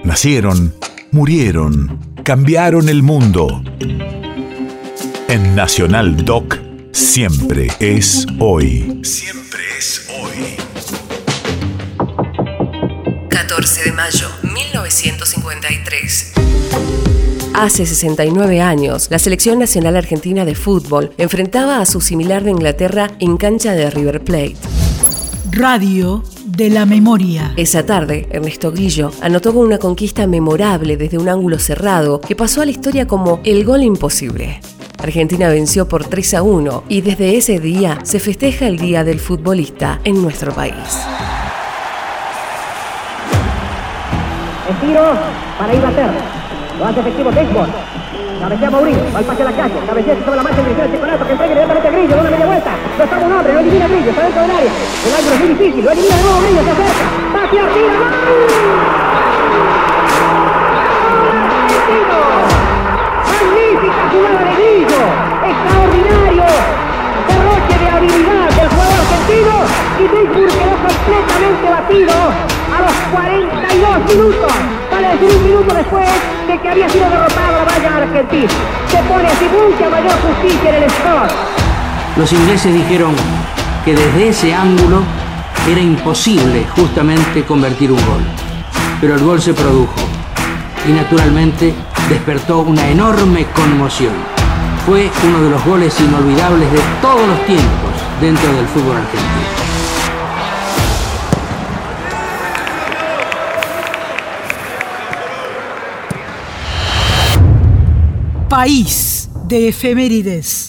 Nacieron, murieron, cambiaron el mundo. En Nacional Doc, siempre es hoy. Siempre es hoy. 14 de mayo, 1953. Hace 69 años, la Selección Nacional Argentina de Fútbol enfrentaba a su similar de Inglaterra en cancha de River Plate. Radio de la memoria. Esa tarde, Ernesto Grillo anotó con una conquista memorable desde un ángulo cerrado que pasó a la historia como el gol imposible. Argentina venció por 3-1 y desde ese día se festeja el Día del Futbolista en nuestro país. El tiro para Inglaterra. Lo hace efectivo Texbot. Cabecea Mourinho, va al pase a la calle. Cabecea sobre la marcha en dirección al Chiconato, que entrega inmediatamente a Grillo, da una media vuelta. Lo está un hombre, lo elimina Grillo, está dentro del área. El ángulo es muy difícil, lo elimina de nuevo Grillo, se acerca. Va hacia tira, ¡gol! Magnífica jugada de Grillo. Extraordinario derroche de habilidad del jugador argentino. Y Texbot quedó completamente batido a los 42 minutos. Vale decir un minuto después de que había sido derrotado la valla argentina. Se pone así mucha mayor justicia en el score. Los ingleses dijeron que desde ese ángulo era imposible justamente convertir un gol. Pero el gol se produjo y naturalmente despertó una enorme conmoción. Fue uno de los goles inolvidables de todos los tiempos dentro del fútbol argentino. País de efemérides.